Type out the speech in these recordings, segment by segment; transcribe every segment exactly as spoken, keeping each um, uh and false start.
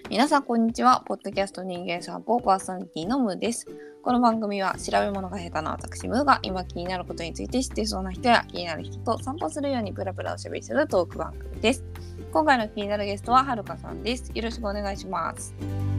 皆さんこんにちは。ポッドキャスト人間散歩パーソナリティのムーです。この番組は調べ物が下手な私ムーが今気になることについて知っていそうな人や気になる人と散歩するようにプラプラおしゃべりするトーク番組です。今回の気になるゲストははるかさんです。よろしくお願いします。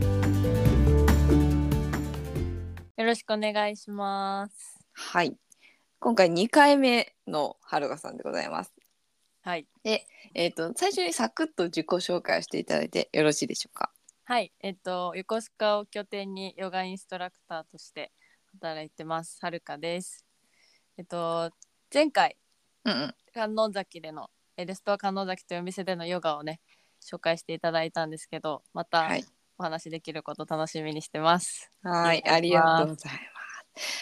よろしくお願いします。 はい。今回にかいめのはるかさんでございます。 はい。 で、えっと、最初にサクッと自己紹介をしていただいてよろしいでしょうか。 はい。えっと、横須賀を拠点にヨガインストラクターとして働いてます。はるかです。えっと、前回、 うんうん。 観音崎での、えレストア観音崎というお店でのヨガをね、紹介していただいたんですけど、またはい。 お話できること楽しみにしてます。 はい。 お願いしありがとます。 うございます。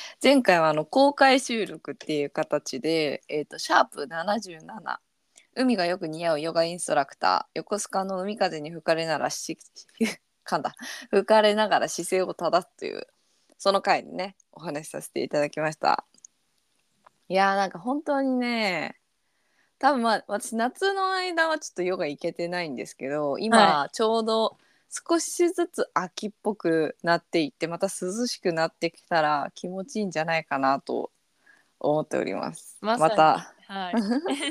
前回はあの公開収録っていう形で、えっと、シャープななじゅうなな、海がよく似合うヨガインストラクター、横須賀の海風に吹かれならし噛んだ吹かれながら姿勢を正すというその回にねお話しさせていただきました。いやーなんか本当にね、多分まあ私夏の間はちょっとヨガ行けてないんですけど、 はい。 今ちょうど少しずつ秋っぽくなっていって、また涼しくなってきたら気持ちいいんじゃないかなと思っております。 まさに。 またはい。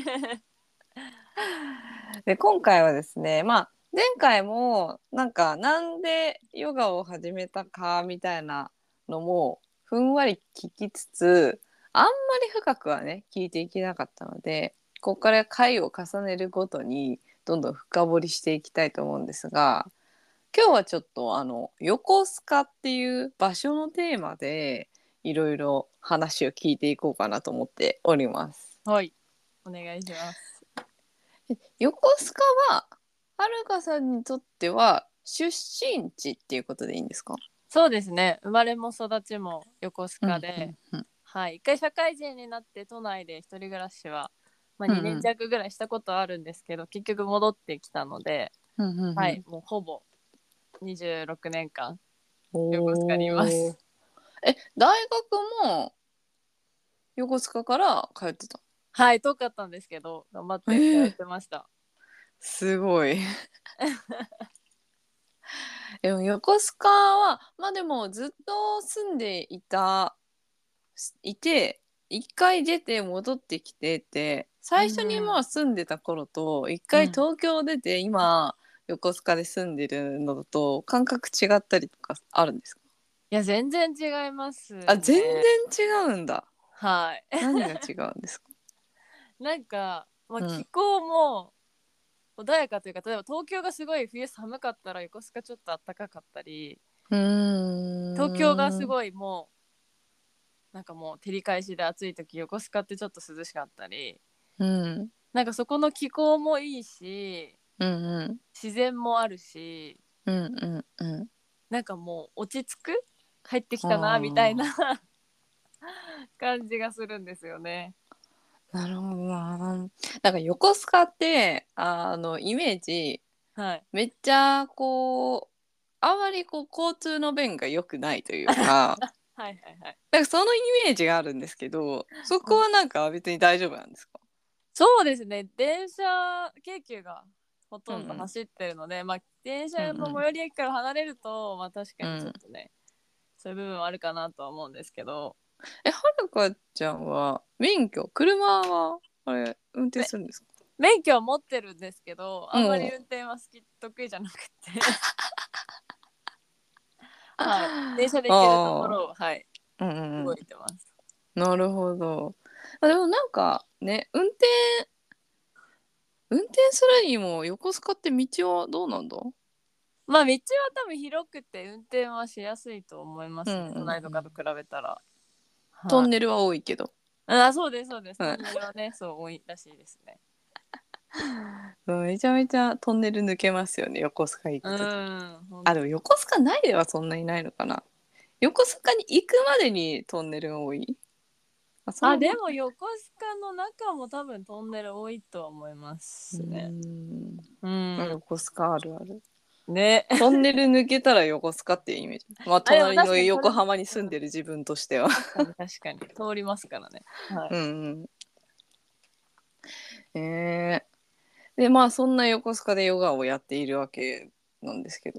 で今回はですね、まあ前回もなんかなんでヨガを始めたかみたいなのもふんわり聞きつつ、あんまり深くはね聞いていけなかったので、ここから回を重ねるごとにどんどん深掘りしていきたいと思うんですが、今日はちょっとあの横須賀っていう場所のテーマでいろいろ話を聞いていこうかなと思っております。 はい。お願いします。 横須賀ははるかさんにとっては出身地っていうことでいいんですか？ そうですね。生まれも育ちも横須うん賀で、 うんうんはい。一回社会人になって都内で一人暮らしは、まあ、にねんうん弱ぐらいしたことあるんですけど、結局戻ってきたので、 うんうんうん。 はい。もうほぼにじゅうろくねんかん横須賀にいまおー。 す。 え、大学も横須賀から通ってた？ はい。遠かったんですけど、頑張って通っえー、 てました。 すごい。でも横須賀はまあでもずっと住んでいたいて、一回出て戻ってきてって、最初にまあ住んでた頃と一回うん。 東京出て今横須賀で住んでるのと感覚違ったりとかあるんですか？ いや、全然違いますあ、全ね。 然違うんだ。 はい。 何が違うんですか？ なんか、まあ、 うん。 気候も穏やかというか、例えば東京がすごい冬寒かったら横須賀ちょっと暖かかったり、 う東京がすーん。 ごいもうなんかもう照り返しで暑い時横須賀ってちょっと涼しかったり、 うん。 なんかそこの気候もいいしうんうん。 自然もあるし、 うんうんうん。 なんかもう落ち着く、入ってきたなみたいなあ感じがするんですよね。 あ、なるほどな。なんか横須賀ってあのイメージはい。 めっちゃこうあまりこう交通の便が良くないというか、 はいはいはい。 なんかそのイメージがあるんですけど、そこはなんか別に大丈夫なんですか？ そうですね。電車、京急がほとんどうん走ってるので、まあ、電車の最うん寄り駅から離れると、まあ、確かにちょっうんうん。 とね、そういう部分はあるかなとは思うんですけど、 え、はるかちゃんは免許、車はあれ運転めするんですか？ 免許は持ってるんですけど、あんまりうん。 運転は好き、得意じゃなくて、はい。電車で行けるとこああ、 ろを、はい、 うんうん動いうん。 てます。 なるほど。あ、でもなんかね、運転、運転するにも横須賀って道はどうなんだ？ まあ、道は多分広くて運転はしやすいと思いますね。 うんう都内とかとんうん。 比べたら。はい。 トンネルは多いけど。 あ、そうです、そうです。 うん。 トンネルはね、そう多いらしいですね。 うんめちゃめちゃトンネル抜けますよね、横須賀行うくとき。 ん、ほんあ、でも横須賀内ではそんなにないのかな。横須賀に行くまでにトンネルが多い。あ、そんあ、 なこと。 でも横須賀の中も多分トンネル多いとは思いまうーすね。 ん。 うん。 横須賀あるある。 ね。 トンネル抜けたら横須賀っていうイメージ。まああ、でも隣の確かにそれも、 横浜にうん、 住んでる自分としては。 確かに確かに。通りますからね。はうい。 んうん。えー、でまあそんな横須賀でヨガをやっているわけなんですけど、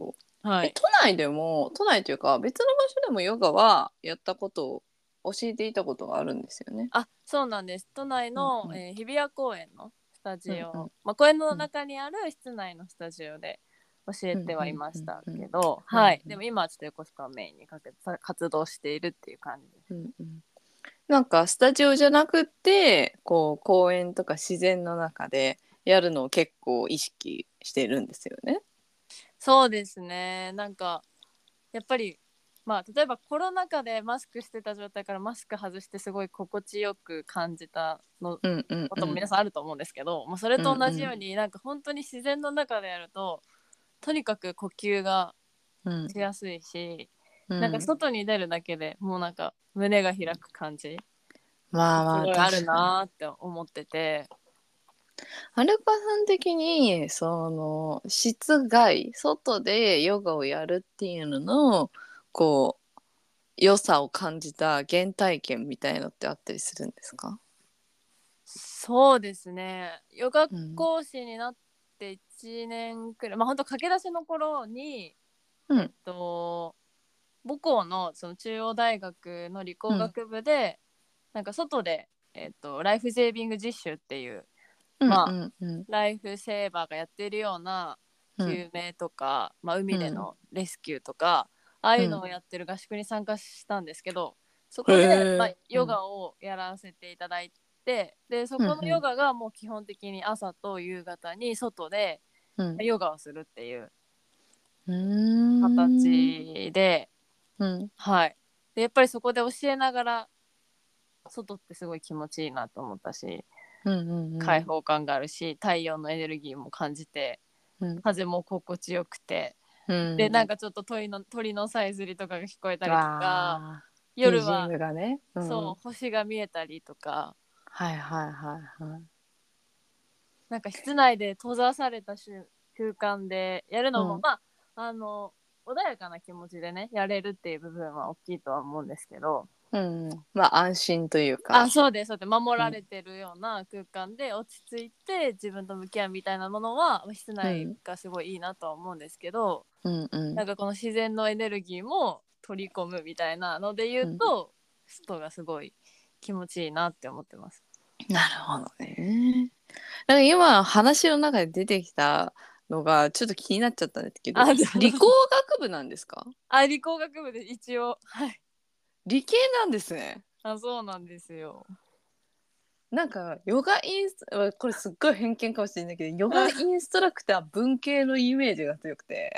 え、 はい。 都内でも、都内というか別の場所でもヨガはやったことを教えていたことがあるんですよね。 あ、そうなんです。都内の、 うんうんえー日比谷公園のスタジオ、 うんうんまあ、公園のうん中にある室内のスタジオで教えうんてはいうんうんましたうんけど、はい。でうんうんも今はちょっと横須賀をメインにかけて活動しているっていう感じです。 うんうん。なんかスタジオじゃなくってこう公園とか自然の中でやるのを結構意識してるんですよね。 そうですね。なんかやっぱり、まあ、例えばコロナ禍でマスクしてた状態からマスク外してすごい心地よく感じたのうんうんこともうん皆さんあると思うんですけど、もうそれうと同じようんになんか本当に自然の中でやるととにかく呼吸がうんしやすいし、なんかうん。 外に出るだけでもうなんか胸が開く感じまあまあすごいある確かに。 なーって思ってて。 はるかさん的にその室外外でヨガをやるっていうののこう良さを感じた原体験みたいのってあったりするんですか？ そうですね、ヨガうん講師になっていちねんくらい、まあ本当駆け出しの頃にえっうんと母校のその中央大学の理うん工学部でなんか外で、えっと、ライフセービング実習っていう、 うんうまあんうんライフセーバーがやってるようなうん救命とか、まあ、海でうんのレスキューとかああいうのうん。 をやってる合宿に参加したんですけど、そへこで、まあ、 え。うんヨガをやらせていただいて、でそこのヨうんガがもう基本的に朝と夕方に外でうんヨガをするっていううん。うーん。 形で、 うんはい。で、やっぱりそこで教えながら、外ってすごい気持ちいいなと思ったし、 うんうんうん開放感があるし、太陽のエネルギーも感じて、 うん風も心地よくて、 うで、なんん。 かちょっと鳥の、鳥のさえずりとかが聞こえたりとか、 わあ、 夜は、 ビージーエム がね。うん。 そう、星が見えたりとか、 はいはいはいはい。 なんか室内で閉ざされた空間でやるのも、 うんまあ、あの、穏やかな気持ちでね、やれるっていう部分は大きいとは思うんですけど、 うん。まあ安心というあ、 か。 そうです、そうです。守うんられてるような空間で落ち着いて自分と向き合うみたいなものは室内うんがすごいいいなとは思うんですけど、 うんうんなんかこの自然のエネルギーも取り込むみたいなので言うん。 うと、外がすごい気持ちいいなって思ってます。 なるほどね。なんか今話の中で出てきたのがちょっと気になっちゃったんですけど、 あ、じゃ理工学部なんですか？ あ、理工学部で一応、はい。 理系なんですね。 あ、そうなんですよ。 なんかヨガインスこれすっごい偏見かもしれないけど、ヨガインストラクター文系のイメージが強くて。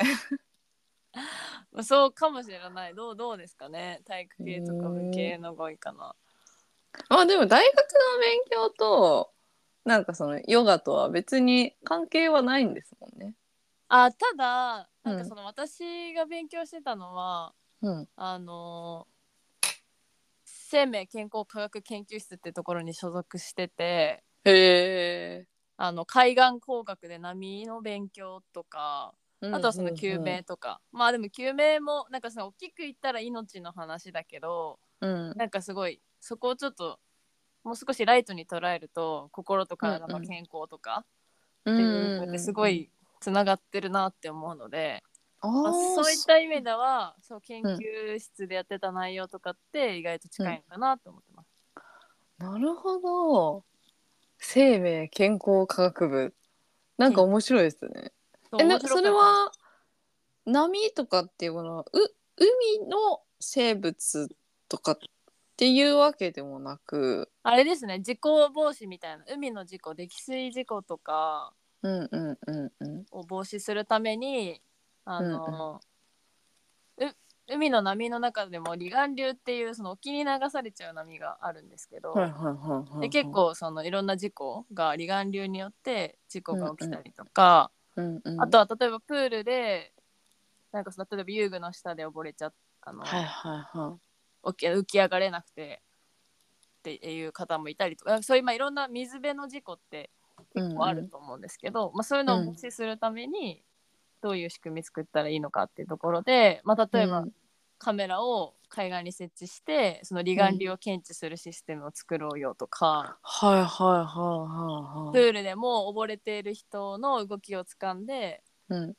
そうかもしれない。どう、どうですかね。体育う系とか文ーん。 系のがいいかな。 まあでも大学の勉強となんかそのヨガとは別に関係はないんですもんね。 あ、ただ、なんかうんその私が勉強してたのは、 うんあの生命健康科学研究室ってところに所属してて、 へえ。 あの海岸工学で波の勉強とか、 うんあとはその救うんうん命とか、まあでも救命もなんかその大きく言ったら命の話だけど、 うんなんかすごいそこをちょっともう少しライトに捉えると心と体のうんうん健康とかうっていう部分んうんうん。 ですごいつながってるなって思うので、まあ、 ああ、 そういっそた意味ではそう研うん究室でやってた内容とかって意外とうん。 近いのかなと思ってます。 なるほど。生命健康科学部。なんか研面白いですね。え、 そう面な、それ白かったです。 は波とかっていうものは、う、海の生物とかっていうわけでもなく、 あれですね、事故防止みたいな、海の事故、溺水事故とかうんうんうんうんを防止するために、あうんうんの、う海の波の中でも離岸流っていうその沖に流されちゃう波があるんですけど、 はいはいはいではいはい。 結構そのいろんな事故が離岸流によって事故うんうんが起きたりとか、 うんうん。 あとは例えばプールでなんかその例えば遊具の下で溺れちゃあのはいはいは起き浮き上がれなくてっていう方もいたりとか、そういうまあいろんな水辺の事故ってい。う結構あるんうんと思うんですけど、まあ、そういうのを防うん止するためにどういう仕組み作ったらいいのかっていうところで、まあ、例えばうんカメラを海岸に設置してその離岸うん。 流を検知するシステムを作ろうよとか、 はいはいはいはいはい。 プールでも溺れている人の動きをつかんでうん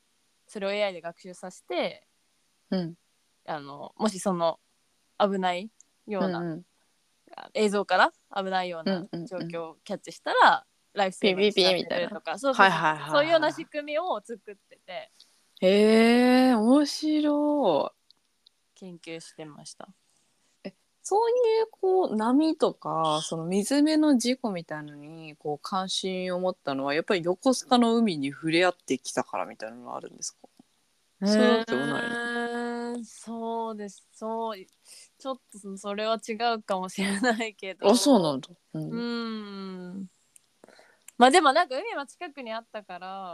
それを エーアイ で学習させて、 うん、 あのもしその危ないような、 うんうん映像から危ないようなうんうんうん状況をキャッチしたらライフセピーピーピーバーに知らーみたいな。 せるとか、そうそうそう、 はいはいそういうようなはいは仕組みを作っててい。へえ、面白い。 研究してました。 そういうこう波とかその水辺の事故みたいのにこう関心を持ったのはやっぱり横須賀の海に触れ合ってきたからみたいなのがあるんですか？ うそういうわけでもないの？ ーん、そうです。そう、ちょっとそれは違うかもしれないけあ、そうなど、 んだ。ううん。 ーん。まあでもなんか海は近くにあったから、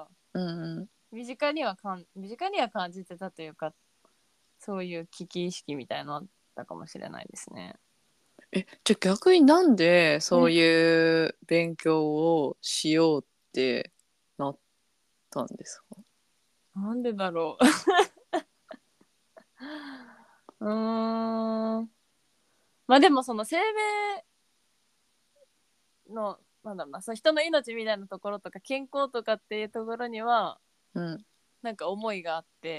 うんうん。 身近にはかん身近には感じてたというか、そういう危機意識みたいなのあったかもしれないですね。 え、じゃあ逆になんでそうえ、 いう勉強をしようってなったんですか？ なんでだろう。うーん。まあでもその生命の、なんだろうな、その人の命みたいなところとか健康とかっていうところには、 うん。 なんか思いがあって、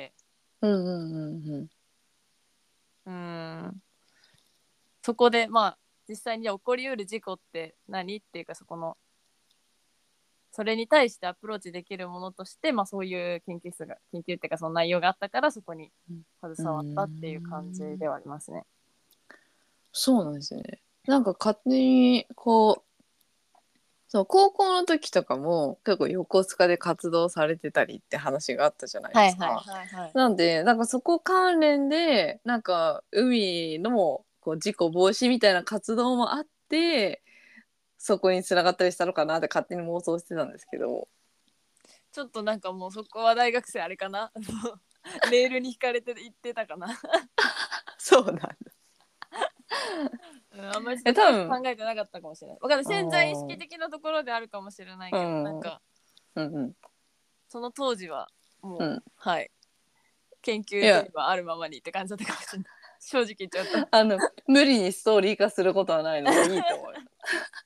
うんうんうんうん。 うーん、そこでまあ実際に起こりうる事故って何っていうか、そこのそれに対してアプローチできるものとして、まあ、そういう研究室が研究っていうかその内容があったからそこにう携わったっていう感じん。 ではありますね。 そうなんですね。なんか勝手にこうそう高校の時とかも結構横須賀で活動されてたりって話があったじゃないではいはいすか。 はいはい。 なんでなんかそこ関連でなんか海のこう事故防止みたいな活動もあってそこに繋がったりしたのかなって勝手に妄想してたんですけど。 ちょっとなんかもうそこは大学生あれかなレールに引かれて言ってたかなそうなんだ。 うん、あんまりちょっと詳しくえ多分考えてなかったかもしれない。わかんない、 あ潜在意識ー的なところであるかもしれないうけど、なんんかうんうんその当時はもう、 うん。 はい研いや究といえばあるままにって感じだったかもしれない。正直言っちゃうと。 あの無理にストーリー化することはないのでいいと思います。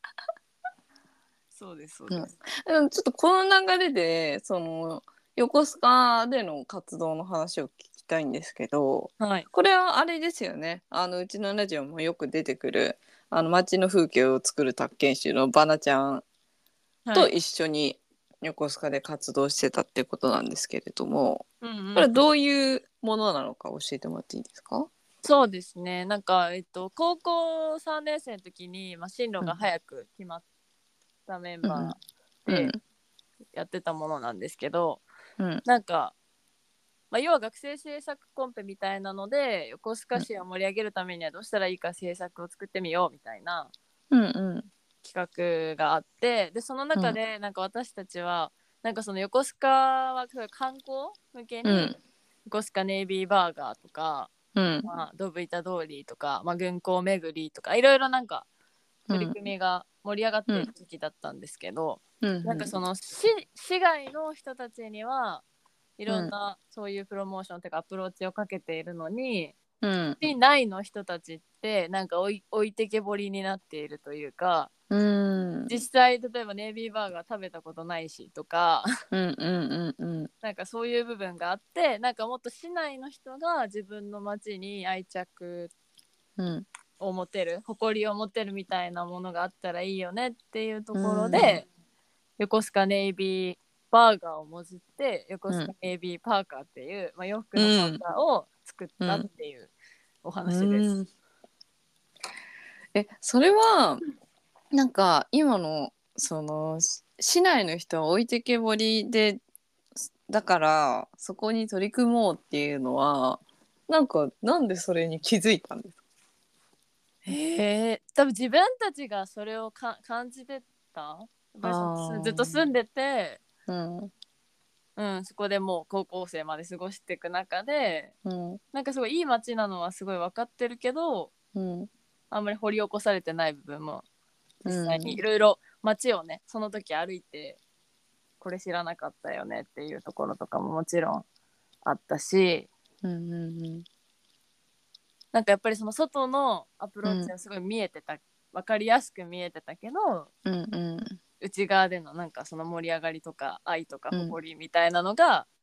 そうですそううん、 です。 でもちょっとこの流れでその横須賀での活動の話を聞きたいんですけど、 はい。 これはあれですよね。あのうちのラジオもよく出てくるあの街の風景を作る宅建士のバナちゃんはい。 と一緒に横須賀で活動してたってことなんですけれども、 うんうんうん。 これどういうものなのか教えてもらっていいですか？ そうですね。なんか、えっと、高校さんねん生の時に、まあ、進路うんが早く決まったメンうんバーでうんやってたものなんですけど、 うんなんか、まあ、要は学生制作コンペみたいなので、横須賀市を盛り上げるためにはどうしたらいいか制作を作ってみようみたいなうんうん企画があって、で、その中で、なんか私たちは、なんかその横須賀は観光向けに、 うん横須賀ネイビーバーガーとか、 うんまあ、ドブ板通りとか、まあ、軍港巡りとかいろいろなんか取りうん組みが盛り上がっうんている時期だったんですけど、なんかうんその市、市外の人たちにはいろんうんなそういうプロモーションというかアプローチをかけているのに、 うん市内の人たちってなんか置い置いてけぼりになっているというか、 うん実際例えばネイビーバーガー食べたことないしとかうんうんうんうんなんかそういう部分があって、なんかもっと市内の人が自分の街に愛着うんを持てる、誇りを持てるみたいなものがあったらいいよねっていうとうころんで、横須賀ネイビーバーガーをもじって横須賀うんネイビーパーカーっていう、まあ、洋服うのパーんカーを作ったっうんていうおう話です。 ん。え、それはなんか今のそのし市内の人は置いてけぼりでだからそこに取り組もうっていうのはなんかなんでそれに気づいたんですか？ へえ、多分自分たちがそれをか感じてた。やっぱりそのすずっと住んでて、 ああ、 うん、そこでもう高校生まで過ごしていく中で、 うんうんなんかすごいいい街なのはすごい分かってるけど、 うんあんまり掘り起こされてない部分も実際にいうんろいろ街をねその時歩いてこれ知らなかったよねっていうところとかももちろんあったし、 うんうんなんかやっぱりその外のアプローチうんはすごい見えてた、分かりやすく見えてたけど、 うんうん内側でのなんかその盛り上がりとか愛とかうん誇りみたいなのが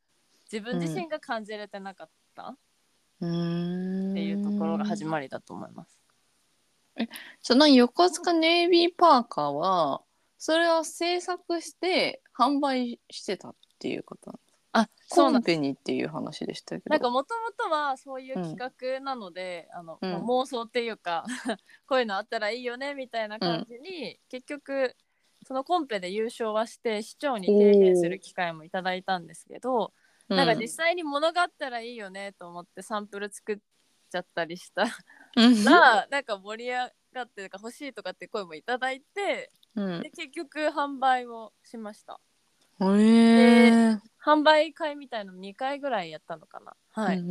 自分自身が感じれてなかったっうーん。 ていうところが始まりだと思います。 その横須賀ネイビーパーカーは、それは制作して販売してたっていうことなんですか？ あ、そうなんです。 コンペにっていう話でしたけど。 なんかもともとはそういう企うん。 画なので、あの、まあ、 うん。 妄想っていうかこういうのあったらいいよねみたいな感うん。 じに、結局そのコンペで優勝はして市長に提言すおー。 る機会もいただいたんですけど、なんか実うん。 際に物があったらいいよねと思ってサンプル作っちゃったりしたうん。 ら、なんか盛り上がってるか欲しいとかって声もいただいて、 うん。 で結局販売をしました。 へでえ。 販売会みたいのにかいぐらいやったのかな。はい。 うんうん。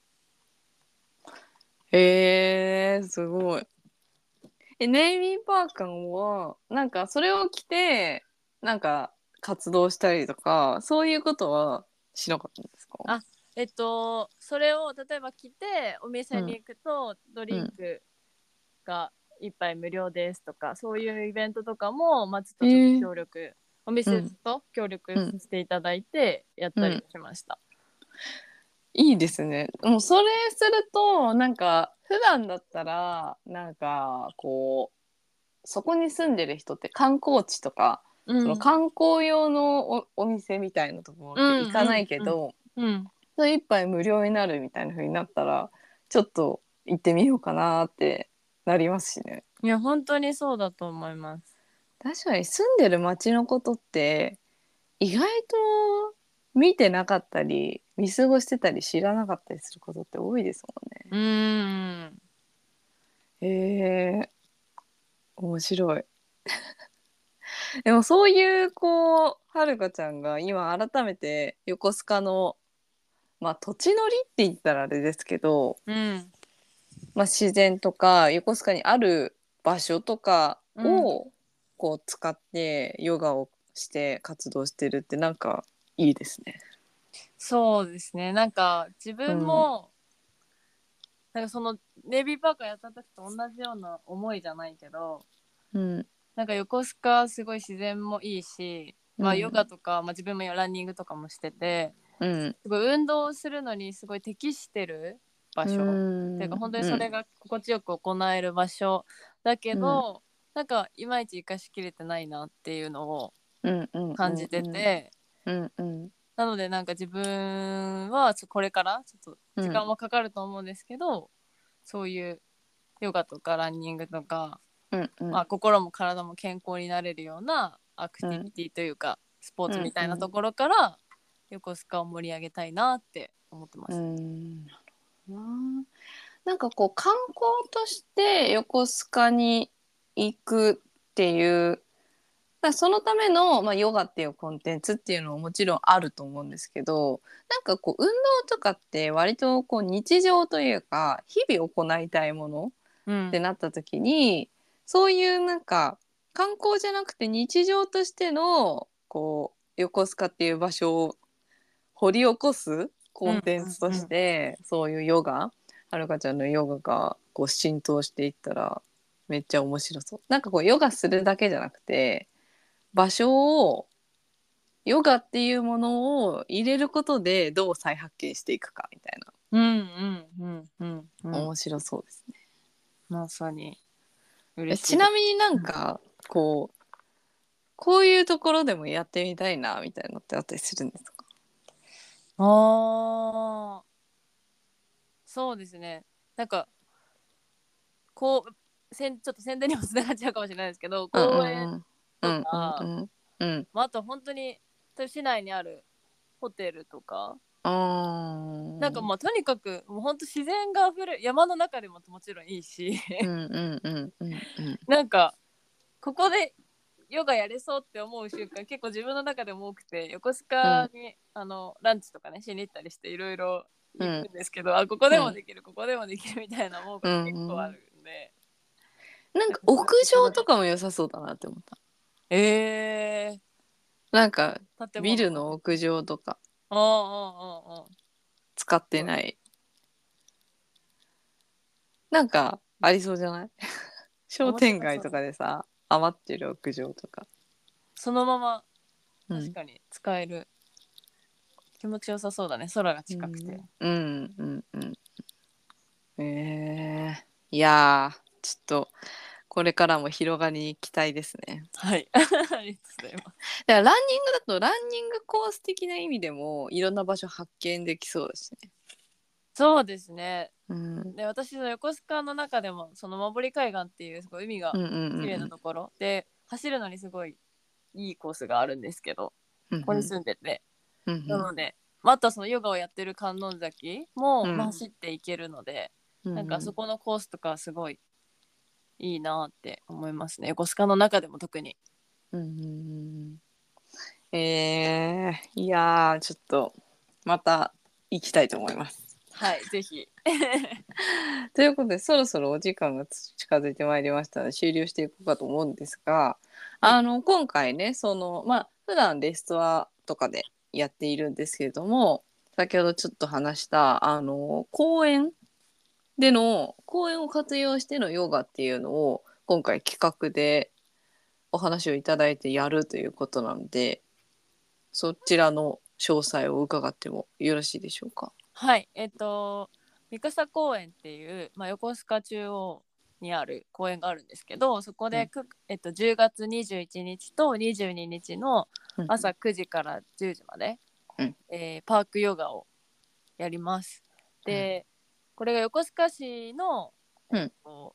へえ、すごい。え、ネイビーパーカーは、なんかそれを着て、なんか活動したりとか、そういうことはしなかったんですか？ あ、えっと、それを例えば着ておうん。 店に行くとドうん。 リンクが一杯無料ですとか、そういうイベントとかも町とちょっとへえ。 協力、お店うん。 と協力うん。 していただいてやったりうん。 しました。 いいですね。もうそれすると、なんか普段だったら、なんかこう、そこに住んでる人って観光地とか、そのうん。 観光用のお、お店みたいなところってうん行かないけうんど、 うん。うん。 それ一杯無料になるみたいな風になったら、ちょっと行ってみようかなってなりますしね。 いや、本当にそうだと思います。 確かに住んでる街のことって意外と見てなかったり、見過ごしてたり知らなかったりすることって多いですもんうね。 ーん。 へえ、面白い。でもそういうこう、はるかちゃんが今改めて横須賀の、まあ土地の利って言ったらあれですけど、 うん。 まあ、自然とか横須賀にある場所とかうん。 をこう使ってヨガをして活動してるってなんかいいですね。 そうですね。なんか自分うん。 もなんかそのネイビーパーカーやった時と同じような思いじゃないけど、 うん。 なんか横須賀すごい自然もいいし、まあヨガうん。 とか、まあ、自分もランニングとかもしてて、 うん。 すごい運動するのにすごい適してる場う所っていうか、 ん。 本当にうん。 それが心地よく行える場所だけうん。 ど、なんかいまいち生かしきれてないなっていうのをうん。うん。 感じてうん。 て、 うん。うん。 なのでなんか自分はちょこれからちょっと時間はかかると思うんですけど、そういうヨガとかランニングとか、 うん。うん。 まあ、心も体も健康になれるようなアクうん。 ティビティというかスポーツみたいなうん。 ところから横須賀を盛り上げたいなって思ってまうす。 ん。なるほどな。なんかこう観光として横須賀に行くっていう、だからそのための、まあ、ヨガっていうコンテンツっていうのももちろんあると思うんですけど、なんかこう運動とかって割とこう日常というか日々行いたいものってうんなった時に、そういうなんか観光じゃなくて日常としてのこう横須賀っていう場所を掘り起こすコうんンテンツとしうんて、そういうヨガ、はるかちゃんのヨガがこう浸透していったらめっちゃ面白そう。なんかこうヨガするだけじゃなくて、場所をヨガっていうものを入れることでどう再発見していくかみたいな、 うんうんうんうんうん。 面白そうですね。 まさにえ、 嬉しいです。 ちなみになんかこうこういうところでもやってみたいなみたいなのってあったりするんですか？ ああ、そうですね。なんかこうせんちょっと宣伝にもつながっちゃうかもしれないですけど、 うんう公園んうとんうんうか、 んうんまあ、あと本当に例えば市内にあるホテルとか、なんかうんまあとにかくもう本当自然があふれ、山の中でももちろんいいしうんうんうんうんうんなんかここでヨガやれそうって思う瞬間結構自分の中でも多くて、横須賀うんにあのランチとかねしに行ったりしていろいろ行うんくんですけど、あここでもうんできるここでもできるみたいな思ううこと結構あん。 るんで、 なんか屋なんかそういうところで、 上とかも良さそうだなって思った。 えなんかー、建ビル物の、 の屋上とかああああああ、 使ってない。なんかありそうじゃない？商面店街と白そう。 かでさ、余ってる屋上とか。 そのままうん。 確かに使える気持ちよさそうだね、空が近くて。 うんうんうんうん。えー、いやーちょっとこれからも広がりに期待ですね。 はいありがとうございます。 だからランニングだとランニングコース的な意味でもいろんな場所発見できそうだしね。 そうですね。 うん、 で私の横須賀の中でもその守海岸っていうすごい海がうんうんうん綺麗なところで走るのにすごいいいコースがあるんですけど、 うんここに住んでて、 うんうんなのでまたそのヨガをやってる観音崎も、 うんまあ、走っていけるので、 うんなんかそこのコースとかすごいいいなって思いますね、横須賀の中でも特に。 うんうんうん。えー、いやーちょっとまた行きたいと思います。 はいぜひということでそろそろお時間が近づいてまいりましたので終了していこうかと思うんですが、 はいあの今回ねそのまあ普段レストアとかでやっているんですけれども、先ほどちょっと話したあの公園での公園を活用してのヨガっていうのを今回企画でお話をいただいてやるということなので、そちらの詳細を伺ってもよろしいでしょうか。 はいえっ、と三笠公園っていう、まあ、横須賀中央にある公園があるんですけど、そこで、うんえっと、じゅうがつにじゅういちにちとにじゅうににちの朝くじからじゅうじまで、うんえーパークヨガをやります。で、これが横須賀市の、えっと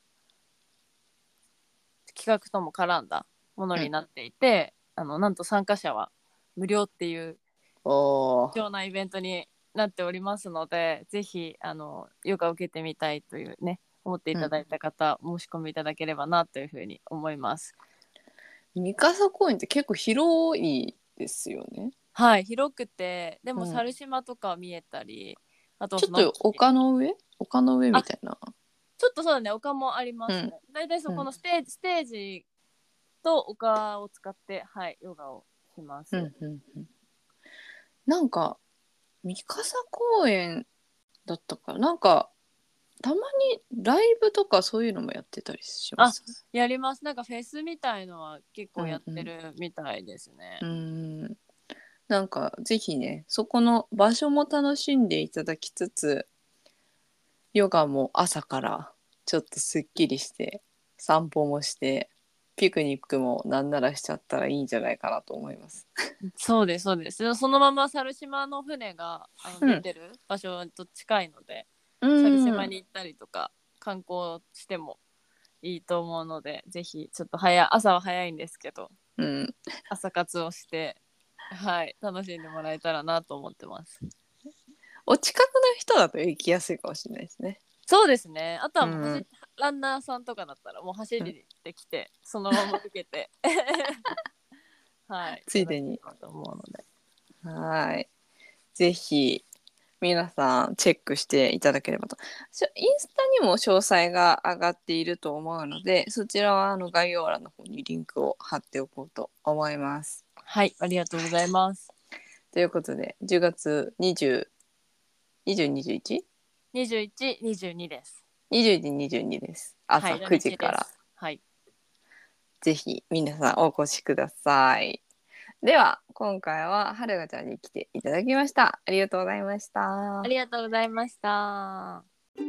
うん、企画とも絡んだものになっていて、うん、あのなんと参加者は無料っていう貴重なイベントになっておりますので、ぜひあのヨガを受けてみたいというね思っていただいた方、うん、申し込みいただければなというふうに思います。 三笠公園って結構広いですよね。 はい、広くてでも猿島とか見えたり、うん、あとちょっと丘の上丘の上みたいな。 ちょっとそうだね、丘もありますね。だいたいそこのステージ、うん、ステージと丘を使ってはいヨガをします。うんうんうん、 なんか三笠公園だったからなんかたまにライブとかそういうのもやってたりします。 あ、やります。なんかフェスみたいのは結構やってるみたいですね。 うん、うん、なんかぜひねそこの場所も楽しんでいただきつつヨガも朝からちょっとすっきりして散歩もしてピクニックもなんならしちゃったらいいんじゃないかなと思います。 そうですそうです。そのまま猿島の船があの出てる場所と近いので、うん、猿島に行ったりとか観光してもいいと思うので、ぜひちょっと早朝は早いんですけど、うん、朝活をしてはい楽しんでもらえたらなと思ってます。 お近くの人だと行きやすいかもしれないですね。 そうですね。あとはもう走、うん、ランナーさんとかだったらもう走りできて、うん、そのまま受けてはいついでにと思うので、 はいぜひ皆さんチェックしていただければと。インスタにも詳細が上がっていると思うので、そちらはあの概要欄の方にリンクを貼っておこうと思います。 はい、ありがとうございます。 ということでじゅうがつにじゅう、にじゅう、にじゅういち? にじゅういち、にじゅうにです。 にじゅういち、にじゅうにです。朝くじから。 はい。 ぜひ皆さんお越しください。では今回ははるがちゃんに来ていただきました。ありがとうございました。 ありがとうございました。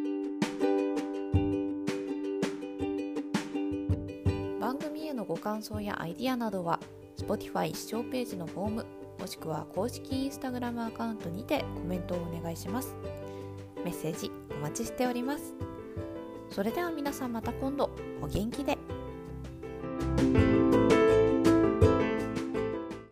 番組へのご感想やアイディアなどは Spotify 視聴ページのフォームもしくは公式 Instagram アカウントにてコメントをお願いします。メッセージお待ちしております。それでは皆さんまた今度お元気で。